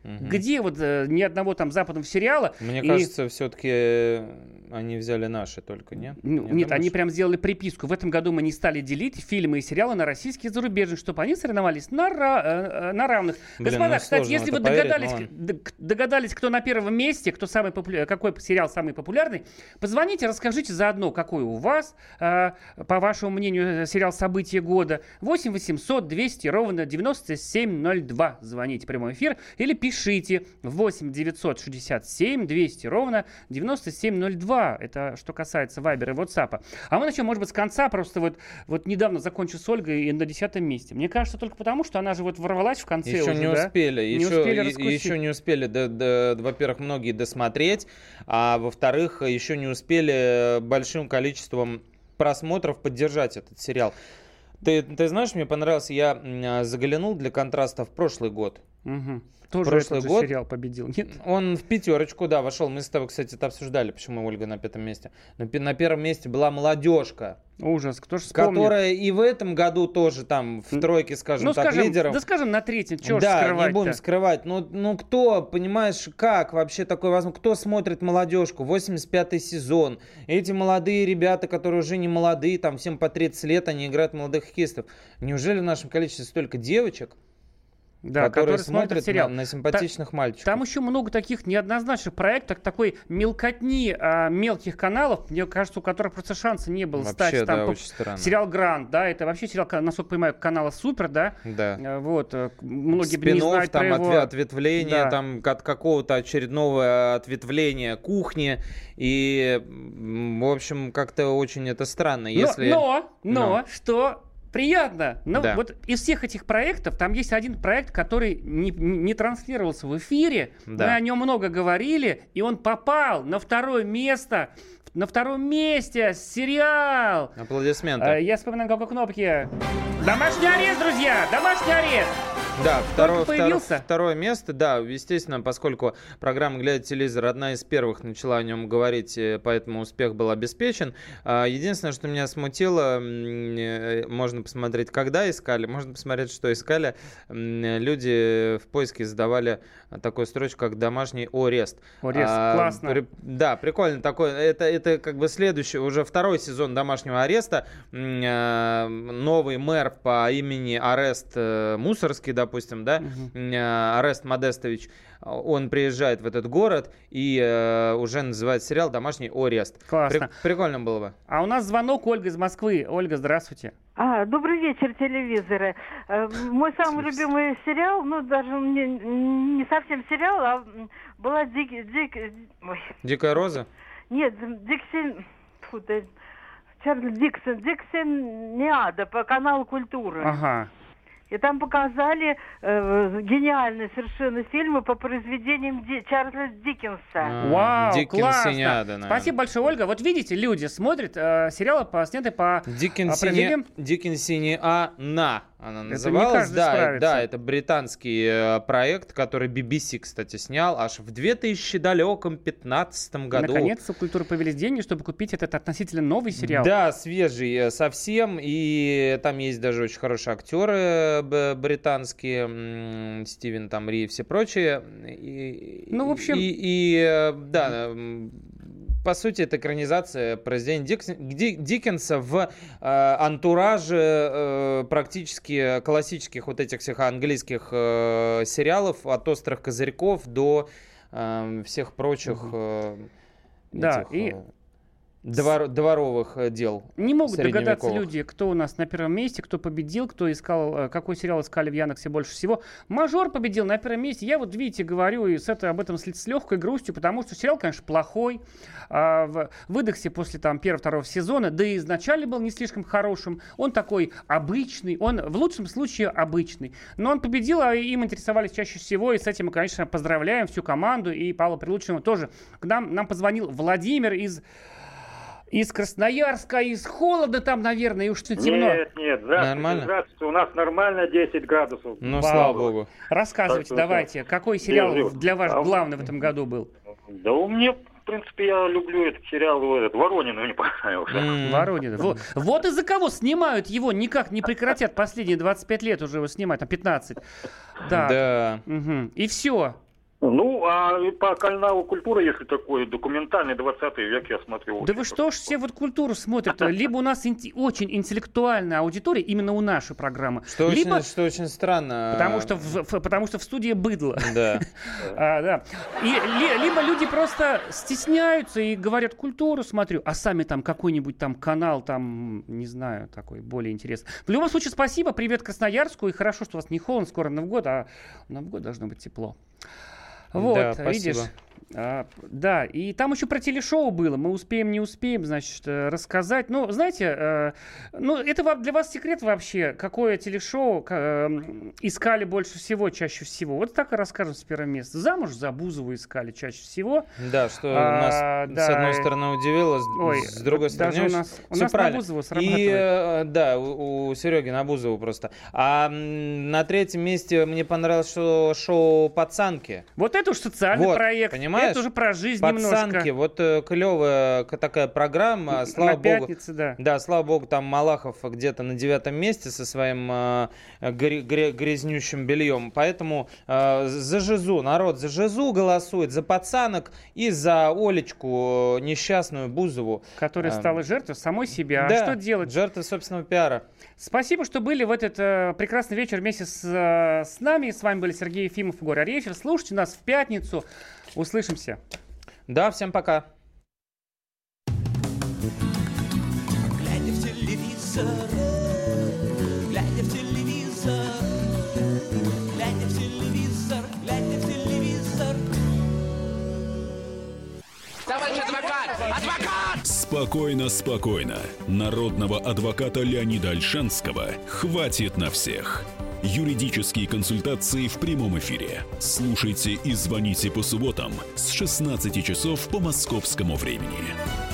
Мгм. Где вот э, ни одного там западного сериала? Мне И- кажется, все-таки они взяли наши только, нет? Ну, Не нет, думаешь? они прям сделали приписку. В этом году мы не стали делить фильмы и сериалы на российские и зарубежные, чтобы они соревновались на, ра- э, э, на равных. Блин, Господа, ну кстати, сложно если в вы это поверить, догадались, но ладно. д- к- догадались, кто на первом месте, кто самый популя- какой сериал самый популярный, позвоните, расскажите заодно, какой у вас, э, по вашему мнению, сериал «События года». восемь восемьсот двести ровно девяносто семь ноль два. Звоните в прямой эфир или пишите восемь девятьсот шестьдесят семь двести ровно девяносто семь ноль два. Это что касается Вайбера и WhatsApp. А мы начнем, может быть, с конца. Просто вот, вот недавно закончил с Ольгой и на десятом месте. Мне кажется, только потому, что она же вот ворвалась в конце Еще уже, не да? успели, Не еще, успели и- раскусить. еще не успели, до- до- во-первых, многие досмотреть, а во-вторых, еще не успели большим количеством просмотров поддержать этот сериал. Ты, ты знаешь, мне понравился, я м, заглянул для контраста в прошлый год. Мгм. Тоже Прошлый этот же год сериал победил, нет? Он в пятерочку, да, вошел. Мы с тобой, кстати, это обсуждали, почему Ольга на пятом месте. На, пе- на первом месте была «Молодежка», Ужас, кто же вспомнит? которая и в этом году тоже там в тройке, скажем Ну, так, скажем, лидеров. да скажем, на третьем, чего ж Да, скрывать-то? не будем скрывать. Ну, ну кто, понимаешь, как вообще такое возможно? Кто смотрит «Молодежку»? восемьдесят пятый сезон. Эти молодые ребята, которые уже не молодые, там всем по тридцать лет, они играют молодых хоккеистов. Неужели в нашем количестве столько девочек, Да, которые, которые смотрят смотрят сериал. на, на симпатичных мальчиков? Там еще много таких неоднозначных проектов, такой мелкотни а, мелких каналов, мне кажется, у которых просто шанса не было Вообще, стать. да, Там, очень странно. сериал «Грант», да, это вообще сериал, насколько понимаю, канала «Супер», да? Да. А, Вот, э, многие не Спин-офф, знают там про его... отве- ответвление Да. там от какого-то очередного ответвления кухни. И, м, в общем, как-то очень это странно. Но, Если... но, но, Но. что приятно. Но Да. вот из всех этих проектов, там есть один проект, который не, не транслировался в эфире. Да. Мы о нем много говорили, и он попал на второе место. На втором месте сериал. Аплодисменты. Э, Я вспоминаю, какой кнопки. Домашний арест, друзья! Домашний арест! Да, второе, появился? второе, второе место, да, естественно, поскольку программа «Глядя телевизор» одна из первых начала о нем говорить, э, поэтому успех был обеспечен. А, Единственное, что меня смутило, м, э, можно посмотреть, когда искали, можно посмотреть, что искали. М, Люди в поиске задавали такую строчку, как «домашний арест». Арест, классно. при- да, прикольно такой. Это, это как бы следующий, уже второй сезон «Домашнего ареста». М, э, Новый мэр по имени Арест э, Мусорский, допустим, да, э, Арест Модестович, он приезжает в этот город и э, уже называет сериал «Домашний арест». Классно. При- прикольно было бы. А у нас звонок Ольга из Москвы. Ольга, здравствуйте. А, добрый вечер, телевизоры. Э, Мой самый любимый сериал, ну, даже не, не совсем сериал, а м, была Дик... Дик... Ой. «Дикая роза»? Нет, Диксен... Фу, да, Чарльз Диксон. Диксон Неада по каналу «Культура». Ага. И там показали э, гениальные совершенно фильмы по произведениям Ди- Чарльза Диккенса. Вау, Диккенс классно. и Неада, наверное. Спасибо большое, Ольга. Вот видите, люди смотрят э, сериалы, по, сняты по а, произведениям. Диккенсини Она она не называлась. каждый Да, справится. да, это британский э, проект, который би би си, кстати, снял аж в две тысячи пятнадцатом году. Наконец-то у «Культуры» появились деньги, чтобы купить этот относительно новый сериал. Да, свежий э, совсем, и там есть даже очень хорошие актеры э, б- британские, м, Стивен там Ри и все прочие. И, Ну, в общем- И, и, э, да, м, по сути, это экранизация произведения Дикс- Ди- Диккенса в э, антураже э, практически классических вот этих всех английских э, сериалов, от «Острых козырьков» до э, всех прочих э, Да, этих, и- э, двор- дворовых э, дел. Не могут догадаться средневековых. люди, кто у нас на первом месте, кто победил, кто искал, э, какой сериал искали в Яндексе больше всего. «Мажор» победил на первом месте. Я вот, видите, говорю и с этой, об этом с, с легкой грустью, потому что сериал, конечно, плохой. А, в, выдохся после там первого-второго сезона, да и изначально был не слишком хорошим. Он такой обычный, он в лучшем случае обычный. Но он победил, а им интересовались чаще всего, и с этим мы, конечно, поздравляем всю команду и Павла Прилучного тоже. К нам, нам позвонил Владимир из... Из Красноярска, из холода там, наверное, и уж что темно. Нет, нет, здравствуйте, Нормально? здравствуйте. У нас нормально десять градусов. Ну, Вау. слава богу. Рассказывайте, Так что давайте, это- какой сериал Держи. для вас А- главный в этом году был? Да у меня, в принципе, я люблю этот сериал, вот этот, Воронин мне понравился. М. Воронин. Вот, вот из-за кого снимают его, никак не прекратят последние двадцать пять лет уже его снимать, там пятнадцать. Да. Да. Мгм. И все. Ну, а по каналу «Культура», если такой, документальный двадцатый век, я смотрю. Да вы что ж все вот культуру смотрят? Либо у нас инти- очень интеллектуальная аудитория, именно у нашей программы. Что, либо... очень, что очень странно. Потому что в, в, потому что в студии быдло. Да. а, да. И, ли, либо люди просто стесняются и говорят, культуру смотрю, а сами там какой-нибудь там канал, там, не знаю, такой более интересный. В любом случае, спасибо, привет Красноярску, и хорошо, что у вас не холодно, скоро Новый год, а Новый год должно быть тепло. Вот, да, видишь. А, да, и там еще про телешоу было. Мы успеем, не успеем, значит, рассказать. Ну, знаете, э, ну, это для вас секрет вообще, какое телешоу э, искали больше всего, чаще всего. Вот так и расскажем с первого места. Замуж за Бузову искали чаще всего. Да, что а, нас да, с одной стороны удивило, с, ой, с другой стороны... Даже у нас, у нас на Бузову срабатывает. И, э, да, у, у Сереги на Бузову просто. А на третьем месте мне понравилось что шоу «Пацанки». Вот это уж социальный вот, проект. Понимаешь? Это уже про жизнь «Пацанки», немножко. вот э, клевая такая программа, слава на богу. Пятнице, да. Да, слава богу, там Малахов где-то на девятом месте со своим э, гре- гре- грязнющим бельем. Поэтому э, за Жизу, народ за Жизу голосует, за «Пацанок» и за Олечку, несчастную Бузову. Которая э, стала жертвой самой себя. Да, а что делать? Жертва собственного пиара. Спасибо, что были в этот э, прекрасный вечер вместе с, э, с нами. С вами были Сергей Ефимов и Горя Арефьев. Слушайте нас в пятницу. Услышимся. Да, всем пока. Глядя в телевизор, глядя в телевизор, глядя в телевизор, глядя в телевизор. Товарищ адвокат! Адвокат! Спокойно, спокойно. Народного адвоката Леонида Ольшанского хватит на всех. Юридические консультации в прямом эфире. Слушайте и звоните по субботам с шестнадцати часов по московскому времени.